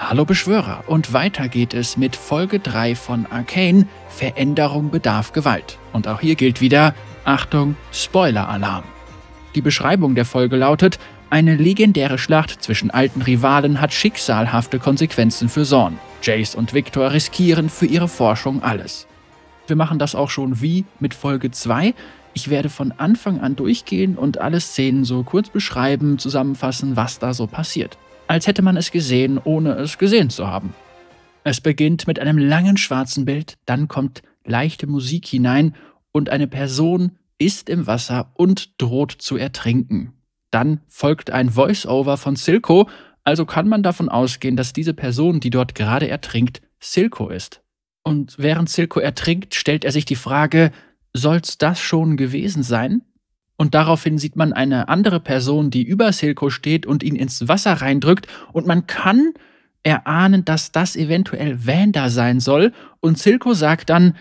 Hallo Beschwörer, und weiter geht es mit Folge 3 von Arcane, Veränderung bedarf Gewalt. Und auch hier gilt wieder, Achtung, Spoiler-Alarm. Die Beschreibung der Folge lautet: Eine legendäre Schlacht zwischen alten Rivalen hat schicksalhafte Konsequenzen für Zorn. Jace und Victor riskieren für ihre Forschung alles. Wir machen das auch schon wie mit Folge 2. Ich werde von Anfang an durchgehen und alle Szenen so kurz beschreiben, zusammenfassen, was da so passiert. Als hätte man es gesehen, ohne es gesehen zu haben. Es beginnt mit einem langen schwarzen Bild, dann kommt leichte Musik hinein und eine Person ist im Wasser und droht zu ertrinken. Dann folgt ein Voice-Over von Silco, also kann man davon ausgehen, dass diese Person, die dort gerade ertrinkt, Silco ist. Und während Silco ertrinkt, stellt er sich die Frage: Soll's das schon gewesen sein? Und daraufhin sieht man eine andere Person, die über Silco steht und ihn ins Wasser reindrückt. Und man kann erahnen, dass das eventuell Vander sein soll. Und Silco sagt dann: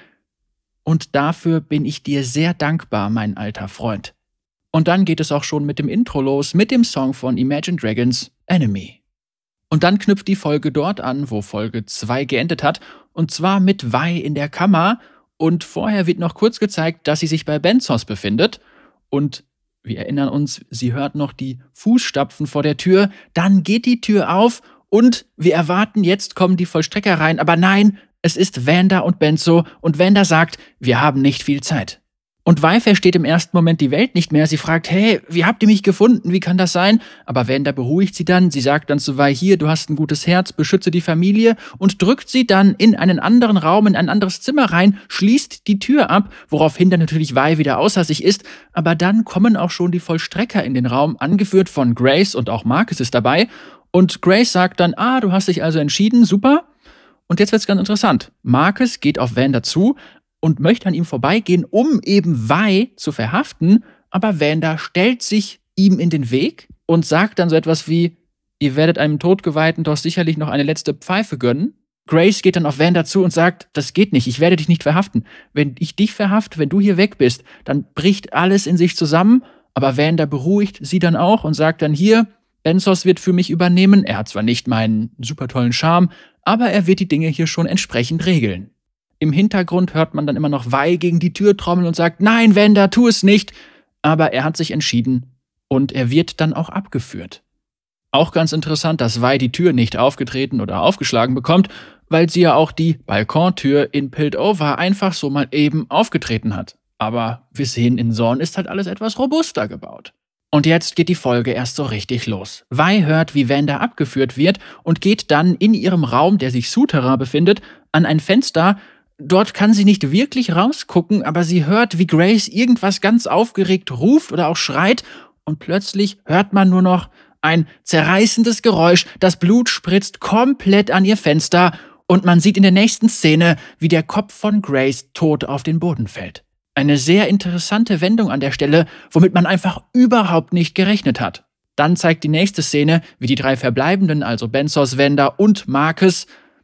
Und dafür bin ich dir sehr dankbar, mein alter Freund. Und dann geht es auch schon mit dem Intro los, mit dem Song von Imagine Dragons, Enemy. Und dann knüpft die Folge dort an, wo Folge 2 geendet hat. Und zwar mit Vi in der Kammer. Und vorher wird noch kurz gezeigt, dass sie sich bei Benzos befindet. Und wir erinnern uns, sie hört noch die Fußstapfen vor der Tür. Dann geht die Tür auf und wir erwarten, jetzt kommen die Vollstrecker rein. Aber nein, es ist Vander und Benzo. Und Vander sagt: Wir haben nicht viel Zeit. Und Vi versteht im ersten Moment die Welt nicht mehr. Sie fragt: Hey, wie habt ihr mich gefunden? Wie kann das sein? Aber Vander beruhigt sie dann. Sie sagt dann zu Vi: Hier, du hast ein gutes Herz, beschütze die Familie. Und drückt sie dann in einen anderen Raum, in ein anderes Zimmer rein, schließt die Tür ab, woraufhin dann natürlich Vi wieder außer sich ist. Aber dann kommen auch schon die Vollstrecker in den Raum, angeführt von Grace, und auch Marcus ist dabei. Und Grace sagt dann: Du hast dich also entschieden, super. Und jetzt wird's ganz interessant. Marcus geht auf Vander zu und möchte an ihm vorbeigehen, um eben Vi zu verhaften, aber Vander stellt sich ihm in den Weg und sagt dann so etwas wie: Ihr werdet einem Todgeweihten doch sicherlich noch eine letzte Pfeife gönnen. Grace geht dann auf Vander zu und sagt: Das geht nicht, ich werde dich nicht verhaften. Wenn ich dich verhafte, wenn du hier weg bist, dann bricht alles in sich zusammen. Aber Vander beruhigt sie dann auch und sagt dann: Hier, Benzos wird für mich übernehmen. Er hat zwar nicht meinen super tollen Charme, aber er wird die Dinge hier schon entsprechend regeln. Im Hintergrund hört man dann immer noch Vi gegen die Tür trommeln und sagt: Nein, Vander, tu es nicht. Aber er hat sich entschieden und er wird dann auch abgeführt. Auch ganz interessant, dass Vi die Tür nicht aufgetreten oder aufgeschlagen bekommt, weil sie ja auch die Balkontür in Piltover einfach so mal eben aufgetreten hat. Aber wir sehen, in Zorn ist halt alles etwas robuster gebaut. Und jetzt geht die Folge erst so richtig los. Vi hört, wie Vander abgeführt wird und geht dann in ihrem Raum, der sich Souterrain befindet, an ein Fenster. Dort kann sie nicht wirklich rausgucken, aber sie hört, wie Grace irgendwas ganz aufgeregt ruft oder auch schreit. Und plötzlich hört man nur noch ein zerreißendes Geräusch. Das Blut spritzt komplett an ihr Fenster. Und man sieht in der nächsten Szene, wie der Kopf von Grace tot auf den Boden fällt. Eine sehr interessante Wendung an der Stelle, womit man einfach überhaupt nicht gerechnet hat. Dann zeigt die nächste Szene, wie die 3 Verbleibenden, also Benzos, Vander und Marcus,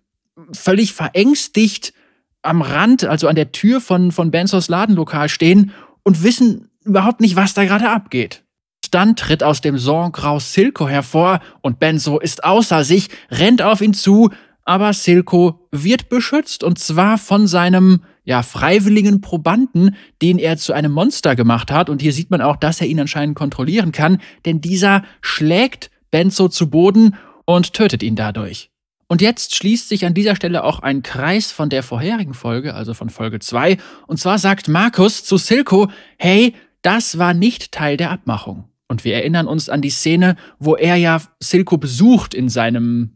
völlig verängstigt am Rand, also an der Tür von Benzos Ladenlokal stehen und wissen überhaupt nicht, was da gerade abgeht. Dann tritt aus dem Zorn-Grau Silco hervor und Benzo ist außer sich, rennt auf ihn zu, aber Silco wird beschützt, und zwar von seinem freiwilligen Probanden, den er zu einem Monster gemacht hat. Und hier sieht man auch, dass er ihn anscheinend kontrollieren kann, denn dieser schlägt Benzo zu Boden und tötet ihn dadurch. Und jetzt schließt sich an dieser Stelle auch ein Kreis von der vorherigen Folge, also von Folge 2. Und zwar sagt Marcus zu Silco: Hey, das war nicht Teil der Abmachung. Und wir erinnern uns an die Szene, wo er ja Silco besucht in seinem,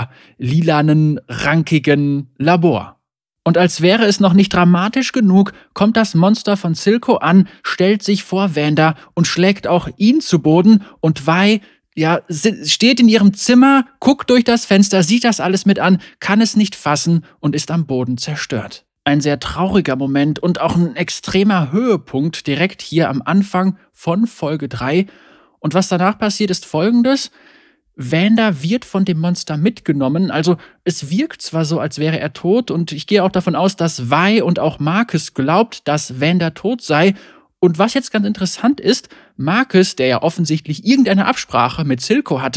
lilanen, rankigen Labor. Und als wäre es noch nicht dramatisch genug, kommt das Monster von Silco an, stellt sich vor Vander und schlägt auch ihn zu Boden. Und Vi steht in ihrem Zimmer, guckt durch das Fenster, sieht das alles mit an, kann es nicht fassen und ist am Boden zerstört. Ein sehr trauriger Moment und auch ein extremer Höhepunkt direkt hier am Anfang von Folge 3. Und was danach passiert, ist Folgendes: Vander wird von dem Monster mitgenommen. Also es wirkt zwar so, als wäre er tot, und ich gehe auch davon aus, dass Vi und auch Marcus glaubt, dass Vander tot sei. Und was jetzt ganz interessant ist, Marcus, der ja offensichtlich irgendeine Absprache mit Silco hatte,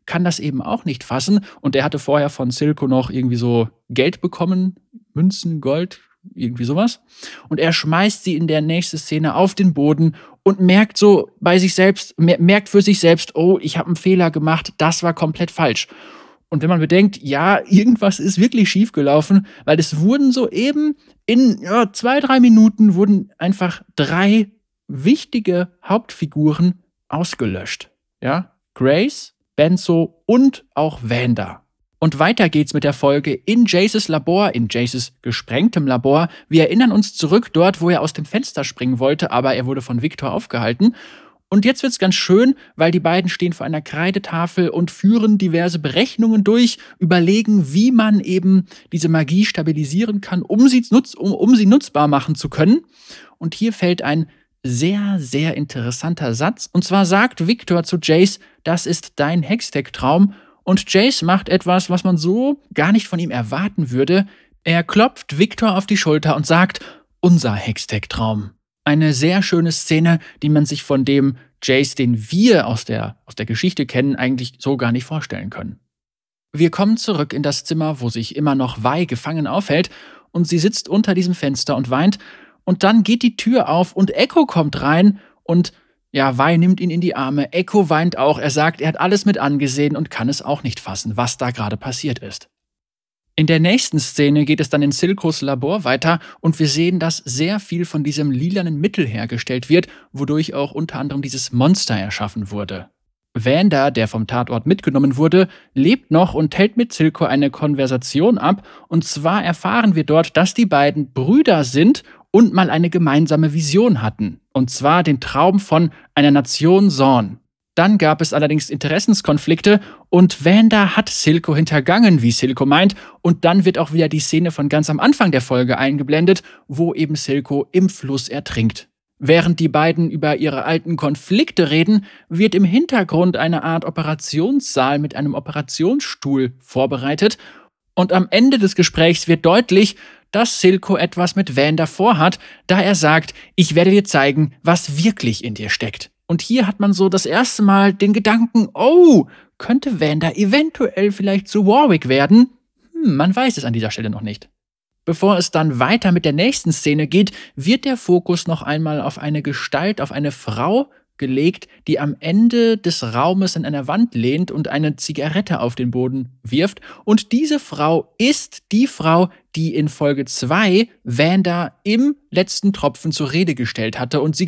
kann das eben auch nicht fassen und er hatte vorher von Silco noch irgendwie so Geld bekommen, Münzen, Gold, irgendwie sowas. Und er schmeißt sie in der nächsten Szene auf den Boden und merkt so bei sich selbst, merkt für sich selbst, oh, ich habe einen Fehler gemacht, das war komplett falsch. Und wenn man bedenkt, ja, irgendwas ist wirklich schiefgelaufen, weil es wurden soeben in 2, 3 Minuten wurden einfach 3 wichtige Hauptfiguren ausgelöscht. Ja, Grace, Benzo und auch Wanda. Und weiter geht's mit der Folge in Jaces Labor, in Jaces gesprengtem Labor. Wir erinnern uns zurück dort, wo er aus dem Fenster springen wollte, aber er wurde von Victor aufgehalten. Und jetzt wird's ganz schön, weil die beiden stehen vor einer Kreidetafel und führen diverse Berechnungen durch, überlegen, wie man eben diese Magie stabilisieren kann, um sie nutzbar machen zu können. Und hier fällt ein sehr, sehr interessanter Satz. Und zwar sagt Victor zu Jace, das ist dein Hextech-Traum. Und Jace macht etwas, was man so gar nicht von ihm erwarten würde. Er klopft Victor auf die Schulter und sagt, unser Hextech-Traum. Eine sehr schöne Szene, die man sich von dem Jace, den wir aus der Geschichte kennen, eigentlich so gar nicht vorstellen können. Wir kommen zurück in das Zimmer, wo sich immer noch Vi gefangen aufhält und sie sitzt unter diesem Fenster und weint. Und dann geht die Tür auf und Echo kommt rein und ja, Vi nimmt ihn in die Arme. Echo weint auch. Er sagt, er hat alles mit angesehen und kann es auch nicht fassen, was da gerade passiert ist. In der nächsten Szene geht es dann in Silcos Labor weiter und wir sehen, dass sehr viel von diesem lilanen Mittel hergestellt wird, wodurch auch unter anderem dieses Monster erschaffen wurde. Wanda, der vom Tatort mitgenommen wurde, lebt noch und hält mit Silco eine Konversation ab. Und zwar erfahren wir dort, dass die beiden Brüder sind und mal eine gemeinsame Vision hatten. Und zwar den Traum von einer Nation Zorn. Dann gab es allerdings Interessenskonflikte und Wanda hat Silco hintergangen, wie Silco meint. Und dann wird auch wieder die Szene von ganz am Anfang der Folge eingeblendet, wo eben Silco im Fluss ertrinkt. Während die beiden über ihre alten Konflikte reden, wird im Hintergrund eine Art Operationssaal mit einem Operationsstuhl vorbereitet. Und am Ende des Gesprächs wird deutlich, dass Silco etwas mit Wanda vorhat, da er sagt, ich werde dir zeigen, was wirklich in dir steckt. Und hier hat man so das erste Mal den Gedanken, oh, könnte Wanda eventuell vielleicht zu Warwick werden? Man weiß es an dieser Stelle noch nicht. Bevor es dann weiter mit der nächsten Szene geht, wird der Fokus noch einmal auf eine Gestalt, auf eine Frau gelegt, die am Ende des Raumes an einer Wand lehnt und eine Zigarette auf den Boden wirft. Und diese Frau ist die Frau, die in Folge 2 Wanda im letzten Tropfen zur Rede gestellt hatte und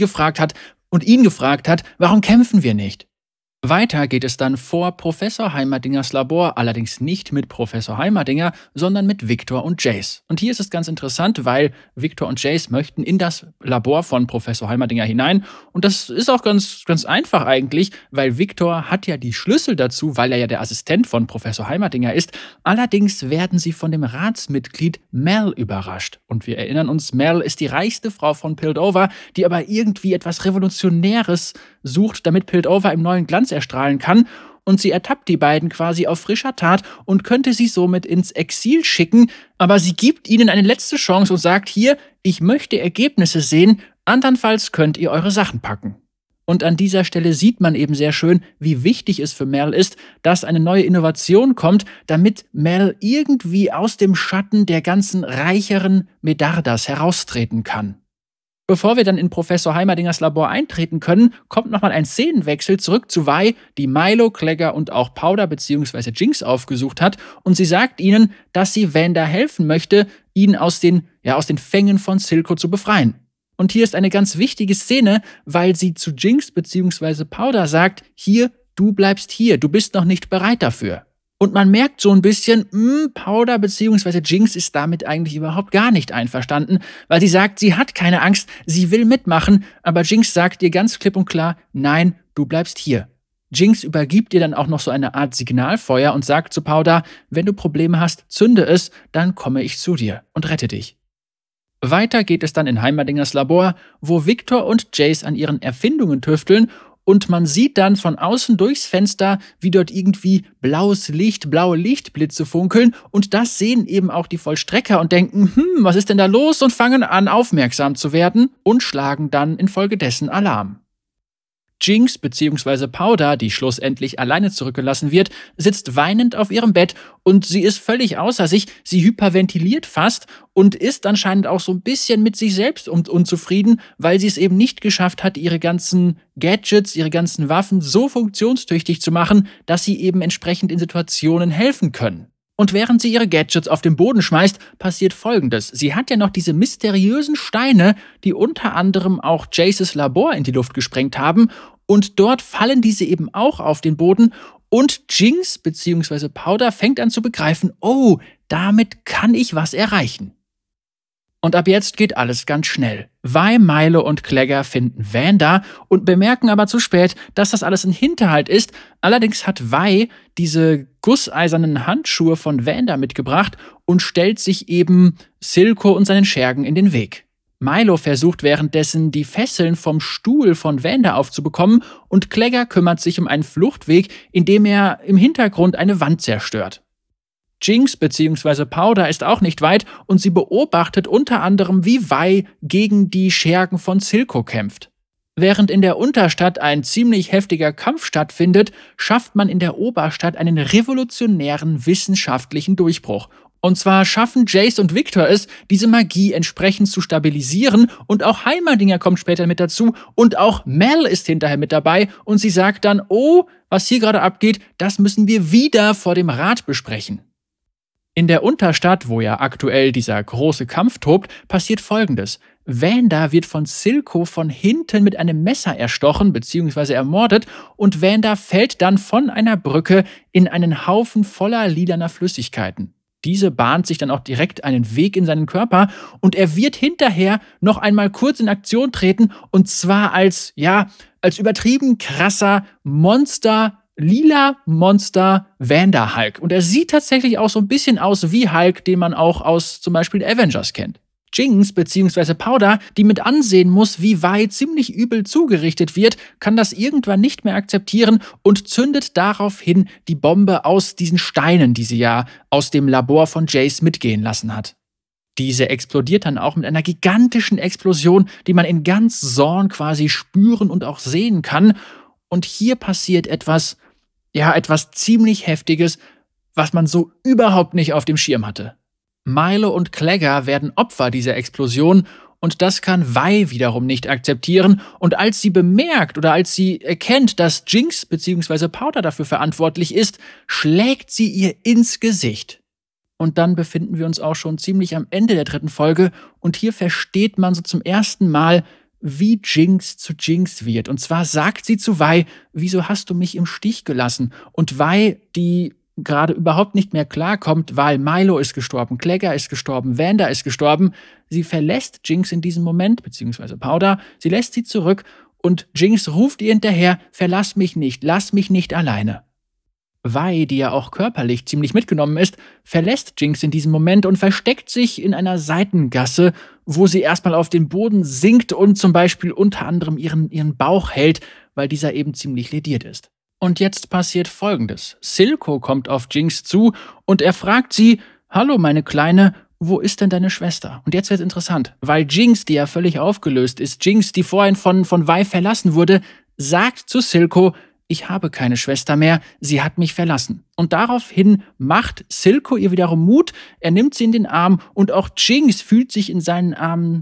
ihn gefragt hat, warum kämpfen wir nicht? Weiter geht es dann vor Professor Heimerdingers Labor, allerdings nicht mit Professor Heimerdinger, sondern mit Victor und Jace. Und hier ist es ganz interessant, weil Victor und Jace möchten in das Labor von Professor Heimerdinger hinein. Und das ist auch ganz, ganz einfach eigentlich, weil Victor hat ja die Schlüssel dazu, weil er ja der Assistent von Professor Heimerdinger ist. Allerdings werden sie von dem Ratsmitglied Mel überrascht. Und wir erinnern uns, Mel ist die reichste Frau von Piltover, die aber irgendwie etwas Revolutionäres sucht, damit Piltover im neuen Glanz erstrahlen kann, und sie ertappt die beiden quasi auf frischer Tat und könnte sie somit ins Exil schicken, aber sie gibt ihnen eine letzte Chance und sagt hier, ich möchte Ergebnisse sehen, andernfalls könnt ihr eure Sachen packen. Und an dieser Stelle sieht man eben sehr schön, wie wichtig es für Mel ist, dass eine neue Innovation kommt, damit Mel irgendwie aus dem Schatten der ganzen reicheren Medardas heraustreten kann. Bevor wir dann in Professor Heimerdingers Labor eintreten können, kommt nochmal ein Szenenwechsel zurück zu Vi, die Milo, Clegger und auch Powder bzw. Jinx aufgesucht hat, und sie sagt ihnen, dass sie Wanda helfen möchte, ihn aus den Fängen von Silco zu befreien. Und hier ist eine ganz wichtige Szene, weil sie zu Jinx bzw. Powder sagt, hier, du bleibst hier, du bist noch nicht bereit dafür. Und man merkt so ein bisschen, Powder bzw. Jinx ist damit eigentlich überhaupt gar nicht einverstanden, weil sie sagt, sie hat keine Angst, sie will mitmachen, aber Jinx sagt ihr ganz klipp und klar, nein, du bleibst hier. Jinx übergibt ihr dann auch noch so eine Art Signalfeuer und sagt zu Powder, wenn du Probleme hast, zünde es, dann komme ich zu dir und rette dich. Weiter geht es dann in Heimerdingers Labor, wo Victor und Jace an ihren Erfindungen tüfteln. Und man sieht dann von außen durchs Fenster, wie dort irgendwie blaues Licht, blaue Lichtblitze funkeln. Und das sehen eben auch die Vollstrecker und denken, was ist denn da los? Und fangen an, aufmerksam zu werden und schlagen dann infolgedessen Alarm. Jinx bzw. Powder, die schlussendlich alleine zurückgelassen wird, sitzt weinend auf ihrem Bett und sie ist völlig außer sich, sie hyperventiliert fast und ist anscheinend auch so ein bisschen mit sich selbst unzufrieden, weil sie es eben nicht geschafft hat, ihre ganzen Gadgets, ihre ganzen Waffen so funktionstüchtig zu machen, dass sie eben entsprechend in Situationen helfen können. Und während sie ihre Gadgets auf den Boden schmeißt, passiert Folgendes. Sie hat ja noch diese mysteriösen Steine, die unter anderem auch Jaces Labor in die Luft gesprengt haben. Und dort fallen diese eben auch auf den Boden. Und Jinx bzw. Powder fängt an zu begreifen, oh, damit kann ich was erreichen. Und ab jetzt geht alles ganz schnell. Vi, Milo und Claggor finden Wanda und bemerken aber zu spät, dass das alles ein Hinterhalt ist. Allerdings hat Vi diese gusseisernen Handschuhe von Wanda mitgebracht und stellt sich eben Silco und seinen Schergen in den Weg. Milo versucht währenddessen, die Fesseln vom Stuhl von Wanda aufzubekommen und Claggor kümmert sich um einen Fluchtweg, indem er im Hintergrund eine Wand zerstört. Jinx bzw. Powder ist auch nicht weit und sie beobachtet unter anderem, wie Vi gegen die Schergen von Silco kämpft. Während in der Unterstadt ein ziemlich heftiger Kampf stattfindet, schafft man in der Oberstadt einen revolutionären wissenschaftlichen Durchbruch. Und zwar schaffen Jace und Victor es, diese Magie entsprechend zu stabilisieren und auch Heimerdinger kommt später mit dazu und auch Mel ist hinterher mit dabei und sie sagt dann, oh, was hier gerade abgeht, das müssen wir wieder vor dem Rat besprechen. In der Unterstadt, wo ja aktuell dieser große Kampf tobt, passiert Folgendes. Wanda wird von Silco von hinten mit einem Messer erstochen bzw. ermordet und Wanda fällt dann von einer Brücke in einen Haufen voller lilaner Flüssigkeiten. Diese bahnt sich dann auch direkt einen Weg in seinen Körper und er wird hinterher noch einmal kurz in Aktion treten und zwar als übertrieben krasser lila Monster Wanda Hulk. Und er sieht tatsächlich auch so ein bisschen aus wie Hulk, den man auch aus zum Beispiel Avengers kennt. Jinx bzw. Powder, die mit ansehen muss, wie Vi ziemlich übel zugerichtet wird, kann das irgendwann nicht mehr akzeptieren und zündet daraufhin die Bombe aus diesen Steinen, die sie ja aus dem Labor von Jace mitgehen lassen hat. Diese explodiert dann auch mit einer gigantischen Explosion, die man in ganz Zorn quasi spüren und auch sehen kann. Und hier passiert etwas ziemlich Heftiges, was man so überhaupt nicht auf dem Schirm hatte. Milo und Claggor werden Opfer dieser Explosion und das kann Vi wiederum nicht akzeptieren. Und als sie bemerkt oder als sie erkennt, dass Jinx bzw. Powder dafür verantwortlich ist, schlägt sie ihr ins Gesicht. Und dann befinden wir uns auch schon ziemlich am Ende der 3. Folge und hier versteht man so zum ersten Mal, wie Jinx zu Jinx wird. Und zwar sagt sie zu Vi, wieso hast du mich im Stich gelassen? Und Vi, die gerade überhaupt nicht mehr klarkommt, weil Milo ist gestorben, Claggor ist gestorben, Wanda ist gestorben. Sie verlässt Jinx in diesem Moment, beziehungsweise Powder, sie lässt sie zurück und Jinx ruft ihr hinterher, verlass mich nicht, lass mich nicht alleine. Vi, die ja auch körperlich ziemlich mitgenommen ist, verlässt Jinx in diesem Moment und versteckt sich in einer Seitengasse, wo sie erstmal auf den Boden sinkt und zum Beispiel unter anderem ihren Bauch hält, weil dieser eben ziemlich lediert ist. Und jetzt passiert Folgendes. Silco kommt auf Jinx zu und er fragt sie, hallo meine Kleine, wo ist denn deine Schwester? Und jetzt wird's interessant, weil Jinx, die ja völlig aufgelöst ist, Jinx, die vorhin von Vi verlassen wurde, sagt zu Silco, ich habe keine Schwester mehr, sie hat mich verlassen. Und daraufhin macht Silco ihr wiederum Mut, er nimmt sie in den Arm und auch Jinx fühlt sich in seinen Armen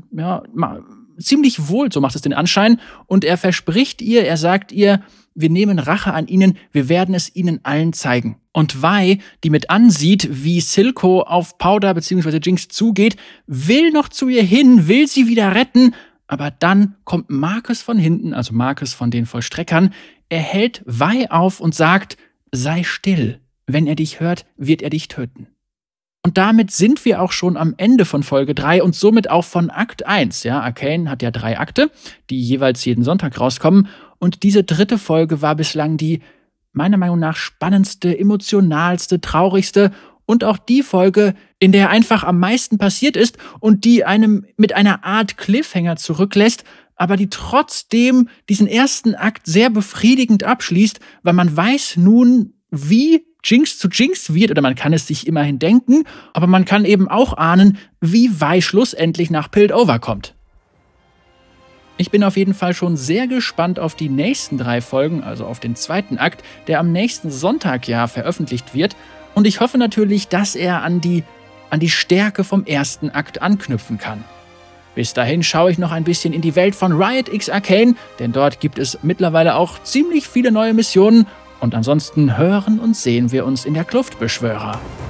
ziemlich wohl, so macht es den Anschein. Und er verspricht ihr, er sagt ihr, wir nehmen Rache an ihnen, wir werden es ihnen allen zeigen. Und Vi, die mit ansieht, wie Silco auf Powder bzw. Jinx zugeht, will noch zu ihr hin, will sie wieder retten, aber dann kommt Marcus von hinten, also Marcus von den Vollstreckern, er hält Vi auf und sagt, sei still, wenn er dich hört, wird er dich töten. Und damit sind wir auch schon am Ende von Folge 3 und somit auch von Akt 1. Ja, Arcane hat ja 3 Akte, die jeweils jeden Sonntag rauskommen. Und diese 3. Folge war bislang die, meiner Meinung nach, spannendste, emotionalste, traurigste und auch die Folge, in der einfach am meisten passiert ist und die einem mit einer Art Cliffhanger zurücklässt, aber die trotzdem diesen ersten Akt sehr befriedigend abschließt, weil man weiß nun, wie Jinx zu Jinx wird, oder man kann es sich immerhin denken, aber man kann eben auch ahnen, wie Vi schlussendlich nach Piltover kommt. Ich bin auf jeden Fall schon sehr gespannt auf die nächsten 3 Folgen, also auf den zweiten Akt, der am nächsten Sonntag ja veröffentlicht wird. Und ich hoffe natürlich, dass er an die Stärke vom ersten Akt anknüpfen kann. Bis dahin schaue ich noch ein bisschen in die Welt von Riot X Arcane, denn dort gibt es mittlerweile auch ziemlich viele neue Missionen. Und ansonsten hören und sehen wir uns in der Kluftbeschwörer.